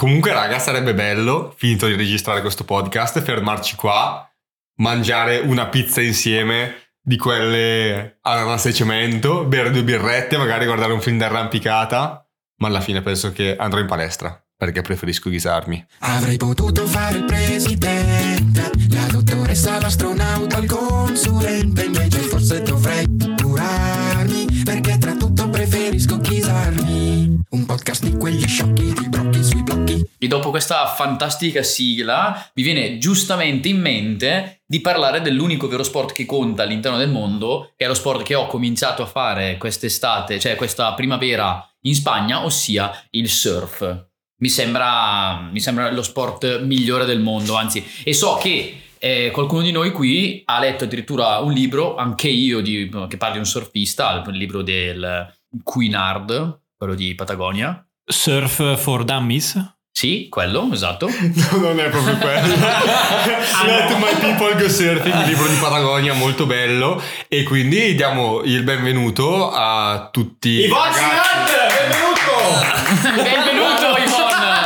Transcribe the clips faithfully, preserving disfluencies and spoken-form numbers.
Comunque raga, sarebbe bello, finito di registrare questo podcast, fermarci qua, mangiare una pizza insieme di quelle ananas e cemento, bere due birrette, magari guardare un film d'arrampicata, ma alla fine penso che andrò in palestra perché preferisco ghisarmi. Avrei potuto fare il presidente, la dottoressa, l'astronauta, il consulente, invece forse dovrei curarmi, perché tra tutto preferisco ghisarmi. Un podcast di quegli sciocchi, di brocchi sui blocchi. E dopo questa fantastica sigla mi viene giustamente in mente di parlare dell'unico vero sport che conta all'interno del mondo, che è lo sport che ho cominciato a fare quest'estate, cioè questa primavera in Spagna, ossia il surf. Mi sembra, mi sembra lo sport migliore del mondo, anzi, e so che eh, qualcuno di noi qui ha letto addirittura un libro, anche io, di, che parla di un surfista, il libro del Cuinard, quello di Patagonia. Surf for Dummies? Sì, quello, esatto. No, non è proprio quello. Let My People Go Surfing, il libro di Patagonia, molto bello. E quindi diamo il benvenuto a tutti. Yvonne benvenuto! Benvenuto Yvonne!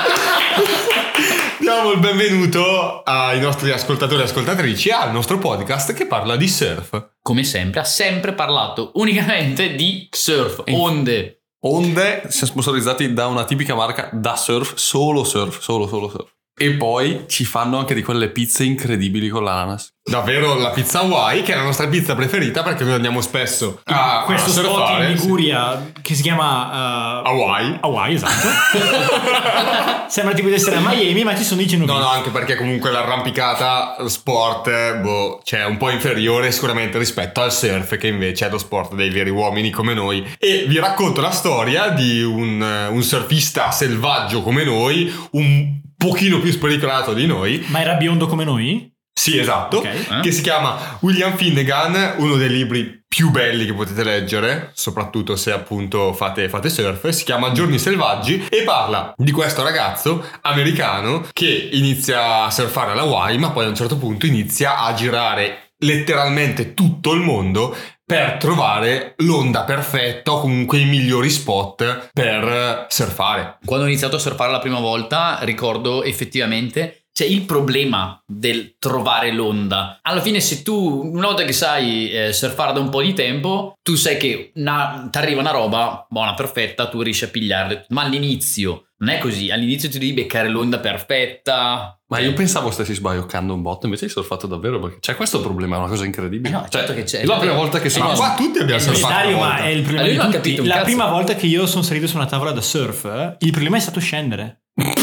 Diamo il benvenuto ai nostri ascoltatori e ascoltatrici al nostro podcast che parla di surf. Come sempre, ha sempre parlato unicamente di surf, onde. Onde siamo sponsorizzati da una tipica marca da surf, solo surf, solo solo surf. E poi ci fanno anche di quelle pizze incredibili con l'ananas. Davvero la pizza Hawaii, che è la nostra pizza preferita perché noi andiamo spesso a questo a spot surfare, in Liguria che si chiama uh, Hawaii. Hawaii, esatto. Sembra tipo di essere a Miami, ma ci sono i genovesi. No, no, anche perché comunque l'arrampicata sport, boh, cioè un po' inferiore sicuramente rispetto al surf, che invece è lo sport dei veri uomini come noi. E vi racconto la storia di un, un surfista selvaggio come noi, un pochino più spericolato di noi. Ma era biondo come noi? Sì, esatto, Okay. che si chiama William Finnegan, uno dei libri più belli che potete leggere, soprattutto se appunto fate, fate surf. Si chiama Giorni Selvaggi e parla di questo ragazzo americano che inizia a surfare alla Hawaii, ma poi a un certo punto inizia a girare letteralmente tutto il mondo per trovare l'onda perfetta o comunque i migliori spot per surfare. Quando ho iniziato a surfare la prima volta, ricordo effettivamente c'è il problema del trovare l'onda. Alla fine, se tu, una volta che sai eh, surfare da un po' di tempo, tu sai che ti arriva una roba buona, perfetta, tu riesci a pigliarla. Ma all'inizio non è così. All'inizio ti devi beccare l'onda perfetta. Ma io pensavo stessi sbaioccando un botto, invece hai surfato davvero, perché c'è questo problema, è una cosa incredibile. Eh no, certo che c'è. È la prima volta che sono... Ma qua tutti abbiamo surfato Dario, una ma volta. è il problema Allora, io non ho di tutti. capito un La cazzo. prima volta che io sono salito su una tavola da surf, eh, il problema è stato scendere.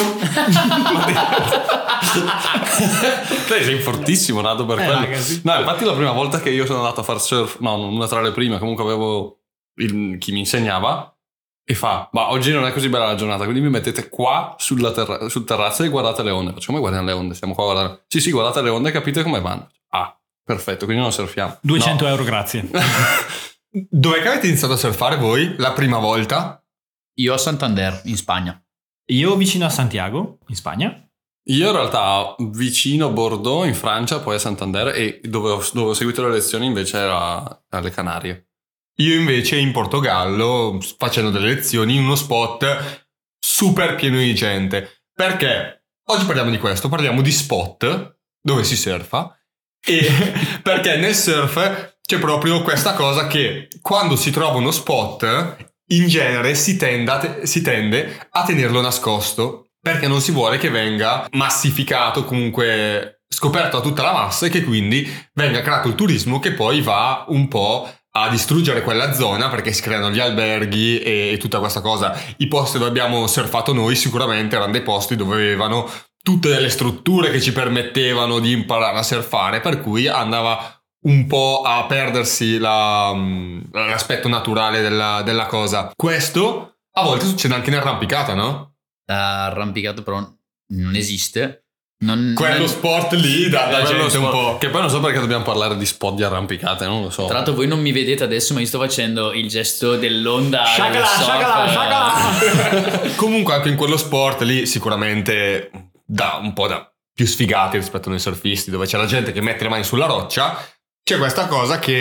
Te sei fortissimo, nato per Eh, quello. ragazzi. No, infatti la prima volta che io sono andato a far surf, no, una tra le prime, comunque avevo il, chi mi insegnava e fa, ma oggi non è così bella la giornata, quindi mi mettete qua sulla terra, sul terrazzo e guardate le onde. Faccio, come guardiamo le onde? Stiamo qua a guardare. Sì, sì, guardate le onde e capite come vanno. Ah, perfetto, quindi non surfiamo. duecento No. euro, grazie. Dov'è che avete iniziato a surfare voi la prima volta? Io a Santander, in Spagna. Io vicino a Santiago, in Spagna. Io in realtà vicino a Bordeaux in Francia, poi a Santander, e dove ho, dove ho seguito le lezioni invece era alle Canarie. Io invece in Portogallo, facendo delle lezioni in uno spot super pieno di gente. Perché oggi parliamo di questo, parliamo di spot dove si surfa. E perché nel surf c'è proprio questa cosa che quando si trova uno spot, in genere si tende a, te- si tende a tenerlo nascosto, perché non si vuole che venga massificato, comunque scoperto a tutta la massa, e che quindi venga creato il turismo che poi va un po' a distruggere quella zona, perché si creano gli alberghi e, e tutta questa cosa. I posti dove abbiamo surfato noi sicuramente erano dei posti dove avevano tutte delle strutture che ci permettevano di imparare a surfare, per cui andava un po' a perdersi la, l'aspetto naturale della, della cosa. Questo a volte succede anche in arrampicata, no? L'arrampicato però non esiste. Non, Quello non... sport lì dà la Quello gente un sport- po'. Che poi non so perché dobbiamo parlare di spot di arrampicate, non lo so. Tra l'altro voi non mi vedete adesso, ma io sto facendo il gesto dell'onda. Shakala, del surf. shakala, shakala. Comunque anche in quello sport lì sicuramente dà un po' da più sfigati rispetto a noi surfisti, dove c'è la gente che mette le mani sulla roccia. C'è questa cosa che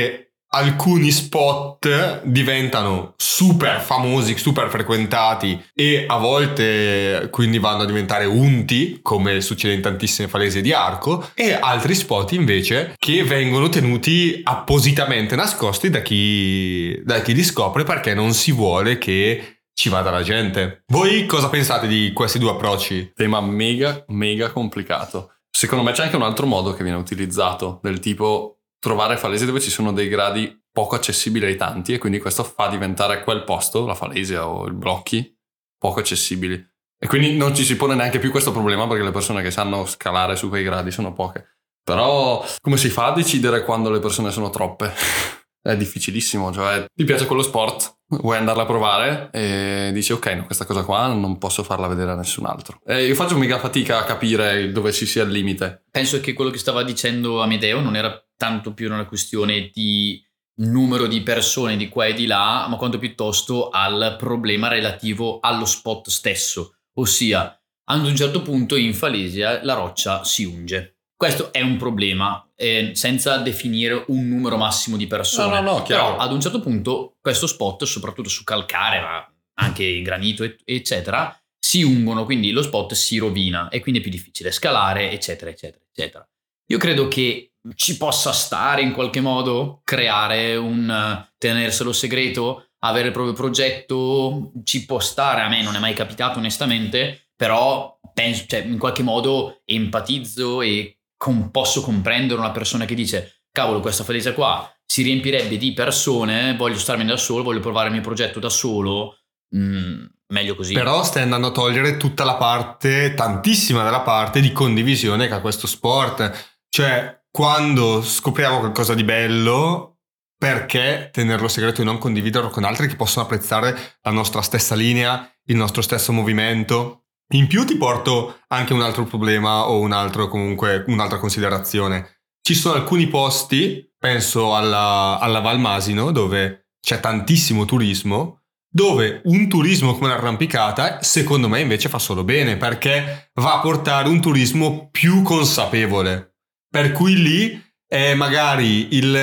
alcuni spot diventano super famosi, super frequentati e a volte quindi vanno a diventare unti, come succede in tantissime falesi di arco, e altri spot invece che vengono tenuti appositamente nascosti da chi, da chi li scopre, perché non si vuole che ci vada la gente. Voi cosa pensate di questi due approcci? Tema mega mega complicato. Secondo me c'è anche un altro modo che viene utilizzato, del tipo trovare falesi dove ci sono dei gradi poco accessibili ai tanti, e quindi questo fa diventare quel posto, la falesia o i blocchi, poco accessibili. E quindi non ci si pone neanche più questo problema, perché le persone che sanno scalare su quei gradi sono poche. Però come si fa a decidere quando le persone sono troppe? È difficilissimo, cioè ti piace quello sport, vuoi andarla a provare e dici ok, no, questa cosa qua non posso farla vedere a nessun altro. E io faccio mega fatica a capire dove ci sia il limite. Penso che quello che stava dicendo Amedeo non era tanto più una questione di numero di persone di qua e di là, ma quanto piuttosto al problema relativo allo spot stesso, ossia ad un certo punto in falesia la roccia si unge. Questo è un problema, eh, senza definire un numero massimo di persone. No, no, no, chiaro. Però ad un certo punto questo spot, soprattutto su calcare, ma anche in granito, eccetera, si ungono, quindi lo spot si rovina e quindi è più difficile scalare, eccetera, eccetera, eccetera. Io credo che ci possa stare in qualche modo creare un tenerselo segreto, avere il proprio progetto, ci può stare, a me non è mai capitato onestamente, però penso, cioè, in qualche modo empatizzo e com- posso comprendere una persona che dice cavolo, questa falesia qua si riempirebbe di persone, voglio starmene da solo, voglio provare il mio progetto da solo, mm, meglio così. Però stai andando a togliere tutta la parte, tantissima della parte di condivisione che ha questo sport. Cioè, quando scopriamo qualcosa di bello, perché tenerlo segreto e non condividerlo con altri che possono apprezzare la nostra stessa linea, il nostro stesso movimento? In più ti porto anche un altro problema o un altro, comunque un'altra considerazione. Ci sono alcuni posti, penso alla, alla Val Masino, dove c'è tantissimo turismo, dove un turismo come l'arrampicata secondo me invece fa solo bene, perché va a portare un turismo più consapevole. Per cui lì eh, magari il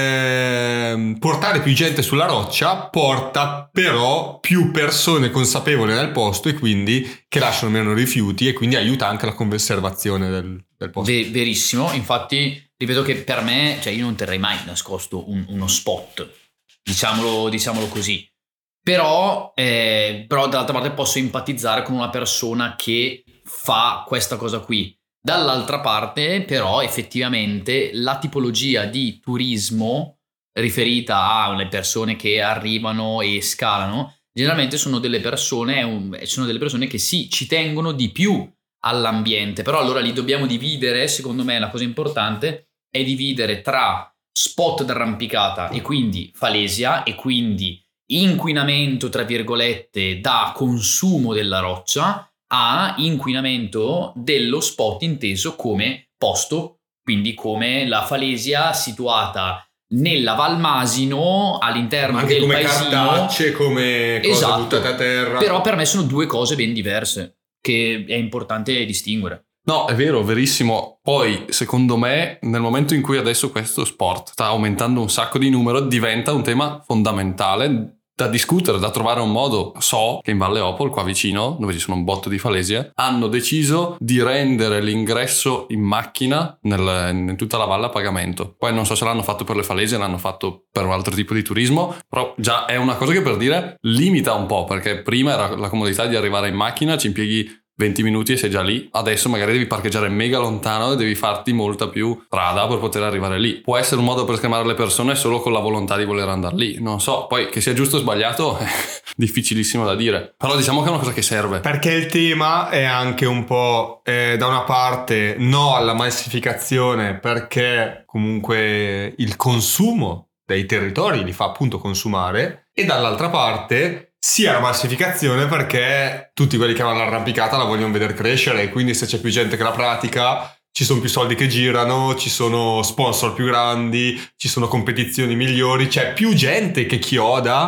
eh, portare più gente sulla roccia porta però più persone consapevoli nel posto, e quindi che lasciano meno rifiuti, e quindi aiuta anche la conservazione del, del posto. Ver- verissimo, infatti ripeto che per me, cioè io non terrei mai nascosto un, uno spot, diciamolo, diciamolo così, però, eh, però dall'altra parte posso empatizzare con una persona che fa questa cosa qui. Dall'altra parte però effettivamente la tipologia di turismo riferita alle persone che arrivano e scalano generalmente sono delle persone sono delle persone che sì, ci tengono di più all'ambiente, però allora li dobbiamo dividere. Secondo me la cosa importante è dividere tra spot d'arrampicata e quindi falesia e quindi inquinamento tra virgolette da consumo della roccia a inquinamento dello spot inteso come posto, quindi come la falesia situata nella Val Masino all'interno anche del come paesino, cartacce, come cose esatto, buttate a terra. però per me sono due cose ben diverse che è importante distinguere. No, è vero, verissimo. Poi, secondo me, nel momento in cui adesso questo sport sta aumentando un sacco di numero, diventa un tema fondamentale da discutere, da trovare un modo. So che in Valle Opol, qua vicino, dove ci sono un botto di falesie, hanno deciso di rendere l'ingresso in macchina nel, in tutta la valle a pagamento. Poi non so se l'hanno fatto per le falesie, l'hanno fatto per un altro tipo di turismo, però già è una cosa che, per dire, limita un po', perché prima era la comodità di arrivare in macchina, ci impieghi venti minuti e sei già lì. Adesso magari devi parcheggiare mega lontano e devi farti molta più strada per poter arrivare lì. Può essere un modo per scamare le persone solo con la volontà di voler andare lì, non so. Poi che sia giusto o sbagliato è difficilissimo da dire, però diciamo che è una cosa che serve. Perché il tema è anche un po' eh, da una parte no alla massificazione, perché comunque il consumo dei territori li fa appunto consumare, e dall'altra parte sia la massificazione perché tutti quelli che vanno all'arrampicata la vogliono vedere crescere, e quindi se c'è più gente che la pratica ci sono più soldi che girano, ci sono sponsor più grandi, ci sono competizioni migliori, c'è più gente che chioda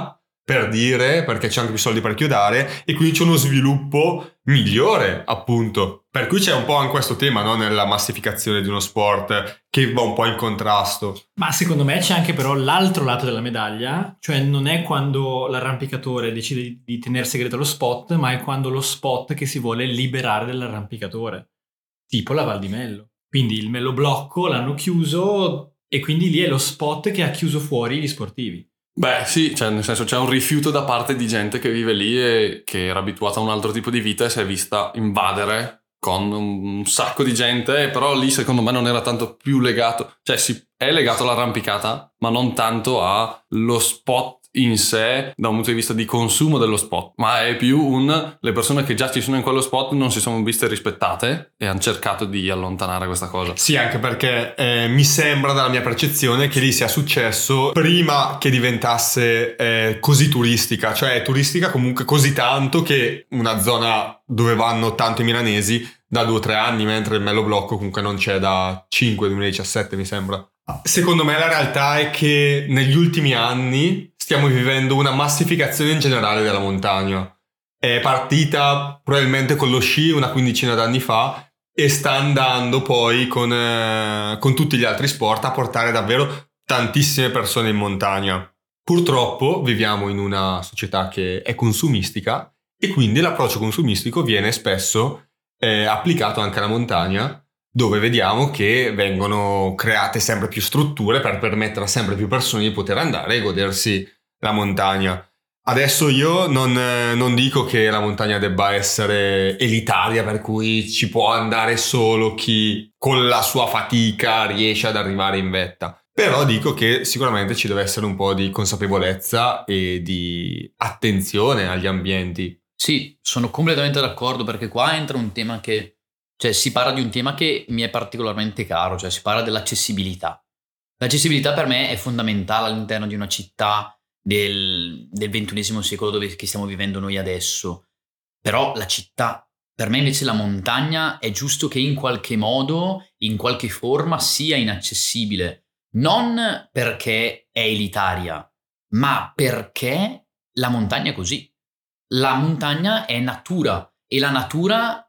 per dire, perché c'è anche più soldi per chiudere, e quindi c'è uno sviluppo migliore, appunto. Per cui c'è un po' anche questo tema, no? Nella massificazione di uno sport che va un po' in contrasto. Ma secondo me c'è anche però l'altro lato della medaglia, cioè non è quando l'arrampicatore decide di tenere segreto lo spot, ma è quando lo spot che si vuole liberare dall'arrampicatore, tipo la Val di Mello. Quindi il Mello Blocco l'hanno chiuso e quindi lì è lo spot che ha chiuso fuori gli sportivi. Beh sì, cioè nel senso c'è un rifiuto da parte di gente che vive lì e che era abituata a un altro tipo di vita e si è vista invadere con un sacco di gente, però lì secondo me non era tanto più legato, cioè si è legato all'arrampicata, ma non tanto allo spot in sé da un punto di vista di consumo dello spot, ma è più un le persone che già ci sono in quello spot non si sono viste rispettate e hanno cercato di allontanare questa cosa. Sì, anche perché eh, mi sembra dalla mia percezione che lì sia successo prima che diventasse eh, così turistica, cioè è turistica comunque così tanto che una zona dove vanno tanto i milanesi da due o tre anni, mentre il Mello Blocco comunque non c'è da cinque duemiladiciassette mi sembra. Secondo me la realtà è che negli ultimi anni stiamo vivendo una massificazione in generale della montagna. È partita probabilmente con lo sci una quindicina d'anni fa e sta andando poi con, eh, con tutti gli altri sport a portare davvero tantissime persone in montagna. Purtroppo viviamo in una società che è consumistica e quindi l'approccio consumistico viene spesso eh, applicato anche alla montagna, dove vediamo che vengono create sempre più strutture per permettere a sempre più persone di poter andare e godersi la montagna. Adesso io non, non dico che la montagna debba essere elitaria, per cui ci può andare solo chi con la sua fatica riesce ad arrivare in vetta. Però dico che sicuramente ci deve essere un po' di consapevolezza e di attenzione agli ambienti. Sì, sono completamente d'accordo, perché qua entra un tema che... Cioè si parla di un tema che mi è particolarmente caro, cioè si parla dell'accessibilità. L'accessibilità per me è fondamentale all'interno di una città del, del ventunesimo secolo dove che stiamo vivendo noi adesso. Però la città, per me invece la montagna è giusto che in qualche modo, in qualche forma sia inaccessibile. Non perché è elitaria, ma perché la montagna è così. La montagna è natura e la natura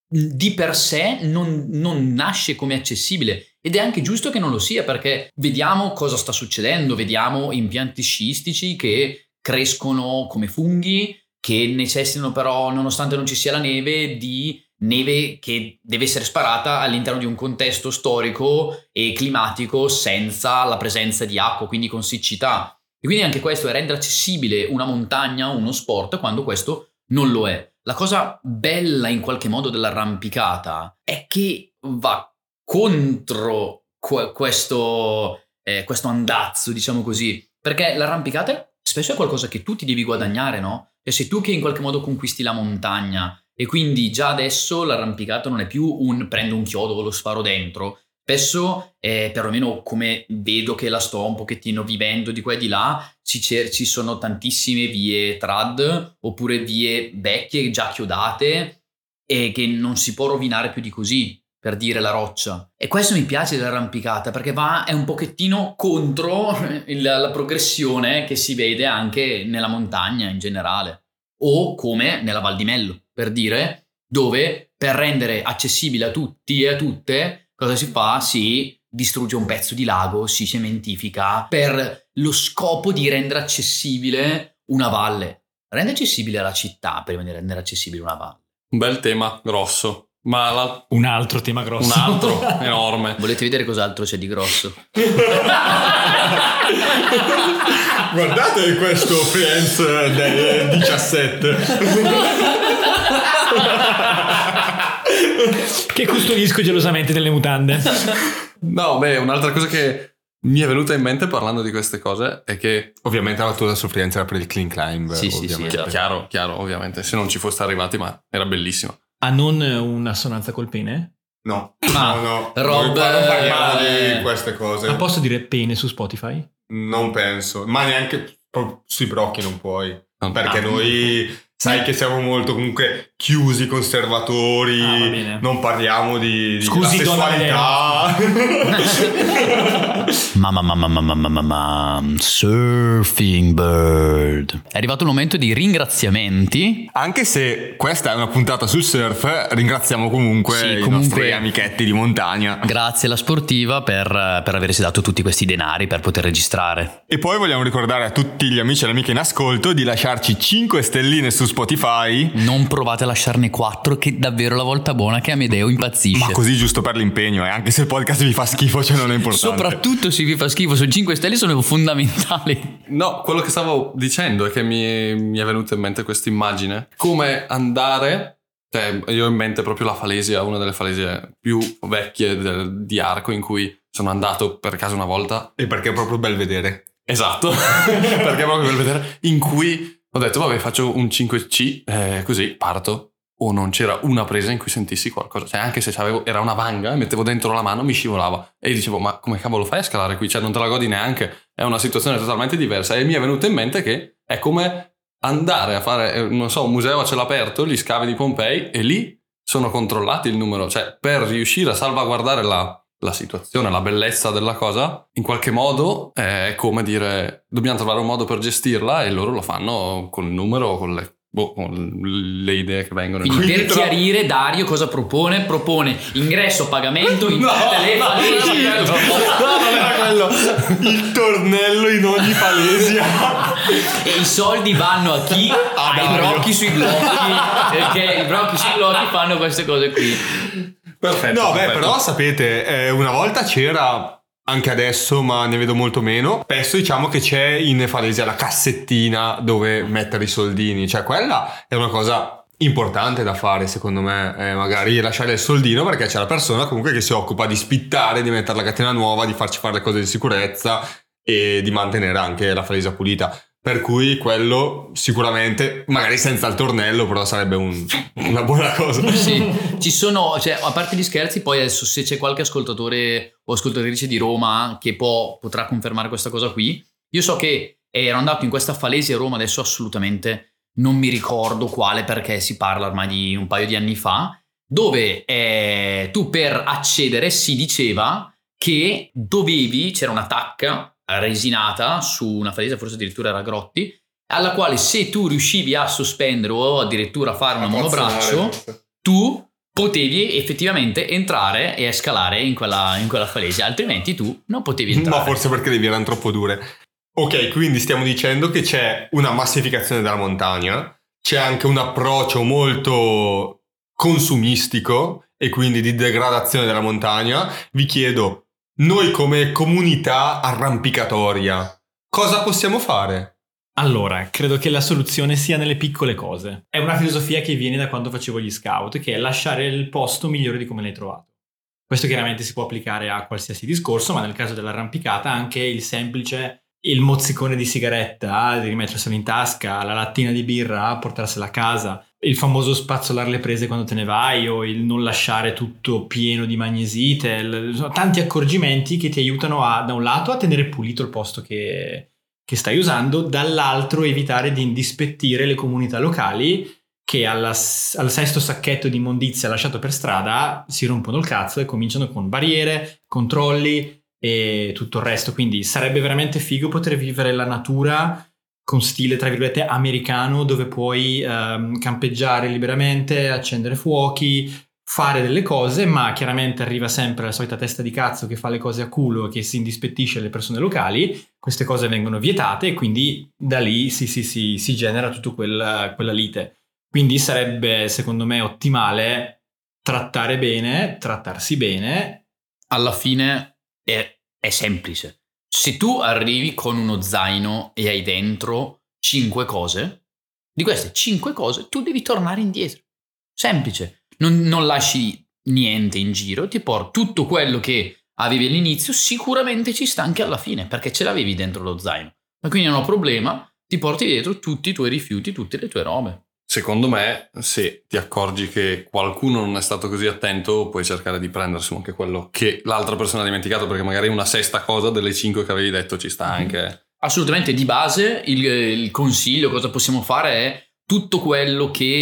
di per sé non, non nasce come accessibile, ed è anche giusto che non lo sia, perché vediamo cosa sta succedendo, vediamo impianti sciistici che crescono come funghi, che necessitano però, nonostante non ci sia la neve, di neve che deve essere sparata all'interno di un contesto storico e climatico senza la presenza di acqua, quindi con siccità. E quindi anche questo è rendere accessibile una montagna, uno sport, quando questo non lo è. La cosa bella in qualche modo dell'arrampicata è che va contro que- questo, eh, questo andazzo, diciamo così, perché l'arrampicata spesso è qualcosa che tu ti devi guadagnare, no? Cioè sei tu che in qualche modo conquisti la montagna, e quindi già adesso l'arrampicata non è più un prendo un chiodo, lo sparo dentro. Spesso, eh, perlomeno come vedo che la sto un pochettino vivendo di qua e di là, ci, cer- ci sono tantissime vie trad oppure vie vecchie già chiodate e che non si può rovinare più di così, per dire la roccia. E questo mi piace dell'arrampicata, perché va è un pochettino contro il, la progressione che si vede anche nella montagna in generale, o come nella Val di Mello, per dire, dove per rendere accessibile a tutti e a tutte cosa si fa? Si distrugge un pezzo di lago, si cementifica per lo scopo di rendere accessibile una valle. Rende accessibile la città prima di rendere accessibile una valle. Un bel tema grosso, ma la... Un altro tema grosso. un altro enorme. Volete vedere cos'altro c'è di grosso? Guardate questo Friends del diciassette. Che custodisco gelosamente delle mutande. No, beh, un'altra cosa che mi è venuta in mente parlando di queste cose è che Ovviamente la tua sofferenza era per il clean climb. Sì, sì, sì, ovviamente. esatto. chiaro, chiaro, ovviamente, se non ci foste arrivati, ma era bellissimo. Ha non un'assonanza col pene? No, Ma, no, no. Rob, Noi qua non parliamo eh, di queste cose. Ma posso dire pene su Spotify? Non penso, ma neanche proprio sui brocchi non puoi. Non- Perché ah. noi sai che siamo molto comunque chiusi, conservatori, Ah, va bene. non parliamo di, di Scusi, la sessualità. Mamma mamma mamma mamma mamma Surfing Bird. È arrivato il momento di ringraziamenti. Anche se questa è una puntata sul surf, ringraziamo comunque, Sì, i comunque- nostri amichetti di montagna. Grazie alla Sportiva per, per aversi dato tutti questi denari per poter registrare. E poi vogliamo ricordare a tutti gli amici e le amiche in ascolto di lasciarci cinque stelline su Spotify. Non provate a lasciarne quattro, che davvero la volta buona che Amedeo impazzisce. Ma così giusto per l'impegno, eh? Anche se il podcast vi fa schifo, cioè non è importante. Soprattutto se vi fa schifo, su cinque stelle sono fondamentali. No, quello che stavo dicendo è che mi, mi è venuta in mente questa immagine. Come andare, cioè io ho in mente proprio la Falesia, una delle Falesie più vecchie del- di Arco, in cui sono andato per caso una volta. E perché è proprio bel vedere. Esatto, perché proprio per vedere, in cui ho detto vabbè faccio un cinque C, eh, così parto. O non c'era una presa in cui sentissi qualcosa, cioè anche se c'avevo, era una vanga, mettevo dentro la mano, mi scivolava e dicevo ma come cavolo fai a scalare qui, cioè non te la godi neanche, è una situazione totalmente diversa. E mi è venuto in mente che è come andare a fare, eh, non so, un museo a cielo aperto, gli scavi di Pompei, e lì sono controllati il numero, cioè per riuscire a salvaguardare la, la situazione, la bellezza della cosa, in qualche modo eh, è come dire dobbiamo trovare un modo per gestirla, e loro lo fanno con il numero, con le Boh, le idee che vengono. Quindi per Quindi tra- chiarire, Dario cosa propone? Propone ingresso, pagamento in No, tutte le no, Falesi. no, no, non era quello. Il tornello in ogni Falesia. E i soldi vanno a chi? Ai Dario. brocchi sui blocchi, perché i brocchi sui blocchi fanno queste cose qui. Perfetto. No, beh, perfetto. però sapete, eh, una volta c'era, anche adesso, ma ne vedo molto meno. Spesso diciamo che c'è in Falesia la cassettina dove mettere i soldini, cioè quella è una cosa importante da fare, secondo me, eh, magari lasciare il soldino, perché c'è la persona comunque che si occupa di spittare, di mettere la catena nuova, di farci fare le cose di sicurezza e di mantenere anche la Falesia pulita. Per cui quello sicuramente, magari senza il tornello, però sarebbe un- una buona cosa. Sì, ci sono, cioè, a parte gli scherzi, poi adesso se c'è qualche ascoltatore o ascoltatrice di Roma che può, potrà confermare questa cosa qui, io so che ero andato in questa Falesia a Roma, adesso assolutamente non mi ricordo quale, perché si parla ormai di un paio di anni fa, dove eh, tu per accedere si diceva che dovevi, c'era una tacca resinata su una Falesia, forse addirittura era Grotti, alla quale se tu riuscivi a sospendere o addirittura fare una monobraccio, tu potevi effettivamente entrare e scalare in quella, in quella Falesia, altrimenti tu non potevi entrare. No, forse perché le vie erano troppo dure. Ok, quindi stiamo dicendo che c'è una massificazione della montagna, c'è anche un approccio molto consumistico e quindi di degradazione della montagna. Vi chiedo, noi come comunità arrampicatoria, cosa possiamo fare? Allora, credo che la soluzione sia nelle piccole cose. È una filosofia che viene da quando facevo gli scout, che è lasciare il posto migliore di come l'hai trovato. Questo chiaramente si può applicare a qualsiasi discorso, ma nel caso dell'arrampicata anche il semplice, il mozzicone di sigaretta, di rimetterselo in tasca, la lattina di birra, portarsela a casa, il famoso spazzolare le prese quando te ne vai, o il non lasciare tutto pieno di magnesite, il- sono tanti accorgimenti che ti aiutano a, da un lato, a tenere pulito il posto che, che stai usando, dall'altro evitare di indispettire le comunità locali che alla, al sesto sacchetto di immondizia lasciato per strada si rompono il cazzo e cominciano con barriere, controlli e tutto il resto. Quindi sarebbe veramente figo poter vivere la natura con stile tra virgolette americano, dove puoi ehm, campeggiare liberamente, accendere fuochi, fare delle cose, ma chiaramente arriva sempre la solita testa di cazzo che fa le cose a culo e che si indispettisce le persone locali. Queste cose vengono vietate e quindi da lì si, si, si, si genera tutta quella, quella lite. Quindi sarebbe secondo me ottimale trattare bene, trattarsi bene. Alla fine è, è semplice. Se tu arrivi con uno zaino e hai dentro cinque cose, di queste cinque cose tu devi tornare indietro. Semplice. Non, non lasci niente in giro, ti porti tutto quello che avevi all'inizio, sicuramente ci sta anche alla fine, perché ce l'avevi dentro lo zaino. Ma quindi non ho problema, ti porti dietro tutti i tuoi rifiuti, tutte le tue robe. Secondo me, se ti accorgi che qualcuno non è stato così attento, puoi cercare di prendersi anche quello che l'altra persona ha dimenticato, perché magari una sesta cosa delle cinque che avevi detto ci sta anche. Assolutamente, di base il, il consiglio, cosa possiamo fare è tutto quello che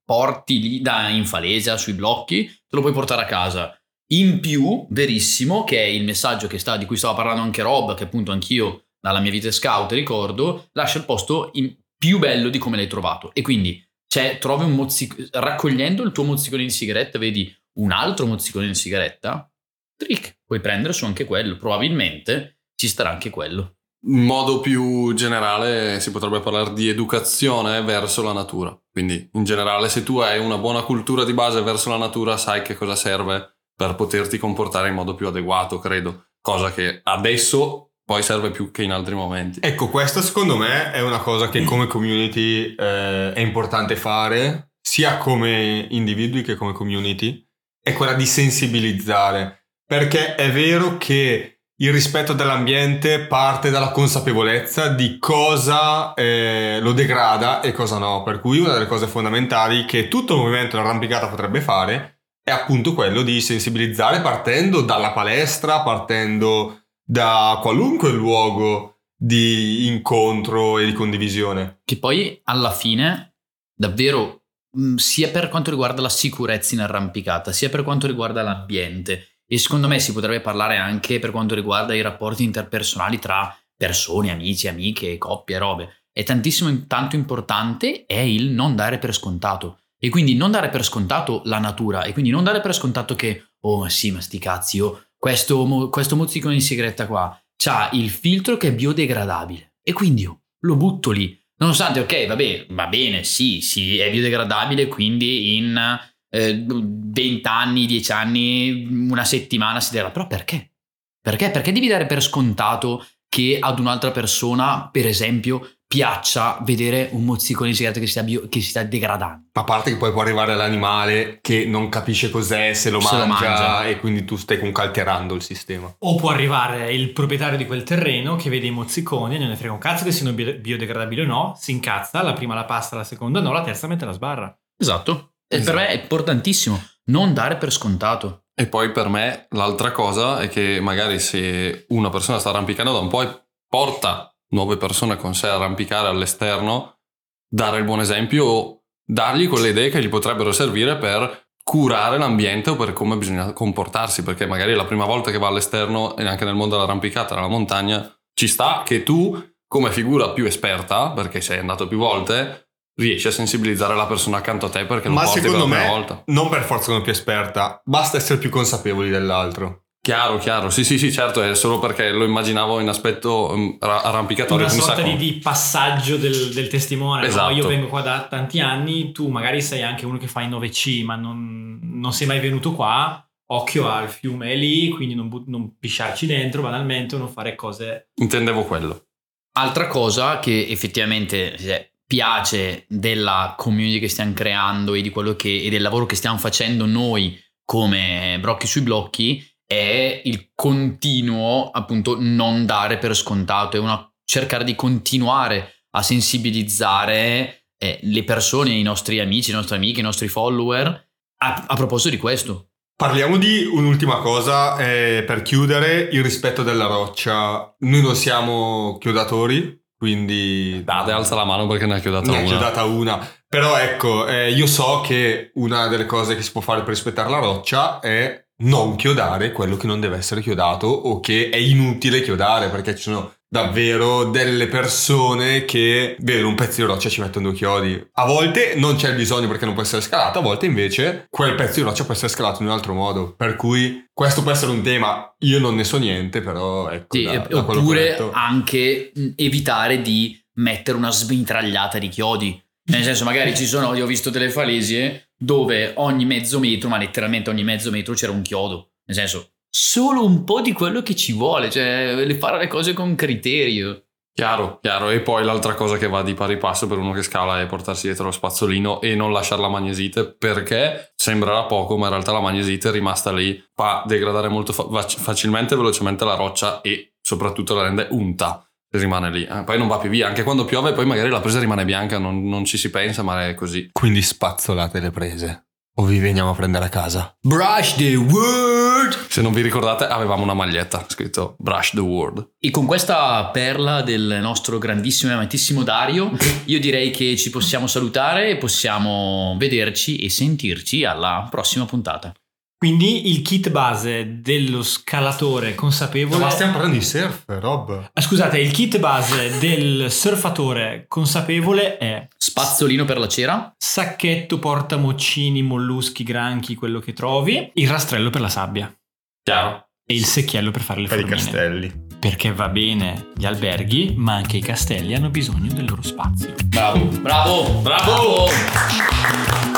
porti lì da in falesia sui blocchi, te lo puoi portare a casa. In più, verissimo, che è il messaggio che sta, di cui stava parlando anche Rob, che appunto anch'io dalla mia vita scout ricordo, lascia il posto in, più bello di come l'hai trovato. E quindi cioè, trovi un mozzicone, raccogliendo il tuo mozzicone di sigaretta, vedi un altro mozzicone di sigaretta, trick, puoi prendere su anche quello, probabilmente ci starà anche quello. In modo più generale si potrebbe parlare di educazione verso la natura. Quindi in generale, se tu hai una buona cultura di base verso la natura, sai che cosa serve per poterti comportare in modo più adeguato, credo. Cosa che adesso poi serve più che in altri momenti. Ecco, questa secondo me è una cosa che come community eh, è importante fare, sia come individui che come community, è quella di sensibilizzare. Perché è vero che il rispetto dell'ambiente parte dalla consapevolezza di cosa eh, lo degrada e cosa no. Per cui una delle cose fondamentali che tutto il movimento dell'arrampicata potrebbe fare è appunto quello di sensibilizzare partendo dalla palestra, partendo da qualunque luogo di incontro e di condivisione. Che poi alla fine davvero sia per quanto riguarda la sicurezza in arrampicata, sia per quanto riguarda l'ambiente, e secondo me si potrebbe parlare anche per quanto riguarda i rapporti interpersonali tra persone, amici, amiche, coppie, robe. È tantissimo, tanto importante è il non dare per scontato, e quindi non dare per scontato la natura, e quindi non dare per scontato che oh ma sì, ma sti cazzi, io questo, questo mozzicone di sigaretta qua c'ha il filtro che è biodegradabile e quindi io lo butto lì, nonostante ok vabbè va bene sì sì è biodegradabile, quindi in eh, venti anni, dieci anni, una settimana si degrada. Però perché? Perché? Perché devi dare per scontato che ad un'altra persona, per esempio, piaccia vedere un mozzicone di sigaretta che si sta, bio, che si sta degradando? A parte che poi può arrivare l'animale che non capisce cos'è, se lo, Se mangia, lo mangia, e quindi tu stai comunque alterando il sistema. O può arrivare il proprietario di quel terreno che vede i mozziconi e non ne frega un cazzo che siano bio- biodegradabili o no, si incazza, la prima la passa, la seconda no, la terza mette la sbarra. Esatto. E Esatto. per me è importantissimo non dare per scontato. E poi per me l'altra cosa è che magari se una persona sta arrampicando da un po' e porta nuove persone con sé a arrampicare all'esterno, dare il buon esempio o dargli quelle idee che gli potrebbero servire per curare l'ambiente o per come bisogna comportarsi, perché magari è la prima volta che va all'esterno e anche nel mondo dell'arrampicata, nella montagna, ci sta che tu come figura più esperta, perché sei andato più volte, riesci a sensibilizzare la persona accanto a te perché lo Ma porti per la secondo prima me volta. non per forza come più esperta, basta essere più consapevoli dell'altro. Chiaro, chiaro, sì sì sì certo, è solo perché lo immaginavo in aspetto um, arrampicatorio. Una come sorta sacco. di, di passaggio del, del testimone. Esatto. No? Io vengo qua da tanti anni, tu magari sei anche uno che fa i nove C, ma non, non sei mai venuto qua. Occhio al fiume è lì, quindi non, but- non pisciarci dentro banalmente o non fare cose. Intendevo quello. Altra cosa che effettivamente eh, piace della community che stiamo creando e di quello che e del lavoro che stiamo facendo noi come Brocchi sui blocchi è il continuo, appunto, non dare per scontato, è una, cercare di continuare a sensibilizzare eh, le persone, i nostri amici, le nostre amiche, i nostri follower a, a proposito di questo. Parliamo di un'ultima cosa eh, per chiudere, il rispetto della roccia. Noi non siamo chiodatori, quindi Date, alza la mano perché ne ha chiodata ne ha una. chiodata una. Però ecco, eh, io so che una delle cose che si può fare per rispettare la roccia è non chiodare quello che non deve essere chiodato o che è inutile chiodare, perché ci sono davvero delle persone che vedono un pezzo di roccia e ci mettono due chiodi. A volte non c'è il bisogno perché non può essere scalato, a volte invece quel pezzo di roccia può essere scalato in un altro modo, per cui questo può essere un tema. Io non ne so niente, però ecco, Sì, da, e- da quello che ho oppure detto. anche mh, evitare di mettere una smitragliata di chiodi. Nel senso, magari ci sono, io ho visto delle falesie dove ogni mezzo metro, ma letteralmente ogni mezzo metro c'era un chiodo. Nel senso, solo un po' di quello che ci vuole, cioè fare le cose con criterio. Chiaro, chiaro. E poi l'altra cosa che va di pari passo per uno che scala è portarsi dietro lo spazzolino e non lasciare la magnesite, perché sembrerà poco, ma in realtà la magnesite è rimasta lì, fa degradare molto fa- facilmente e velocemente la roccia e soprattutto la rende unta. Rimane lì, eh, poi non va più via. Anche quando piove poi magari la presa rimane bianca, non, non ci si pensa, ma è così. Quindi spazzolate le prese. o vi veniamo a prendere a casa? Brush the world! Se non vi ricordate, avevamo una maglietta scritto Brush the World. E con questa perla del nostro grandissimo e amatissimo Dario, io direi che ci possiamo salutare e possiamo vederci e sentirci alla prossima puntata. Quindi il kit base dello scalatore consapevole... Ma stiamo parlando di surf, Rob. Ah, scusate, il kit base del surfatore consapevole è... Spazzolino per la cera. Sacchetto, portamoccini, molluschi, granchi, quello che trovi. Il rastrello per la sabbia. Chiaro. E il secchiello per fare le Per i formine. castelli. Perché va bene gli alberghi, ma anche i castelli hanno bisogno del loro spazio. Bravo, bravo, bravo!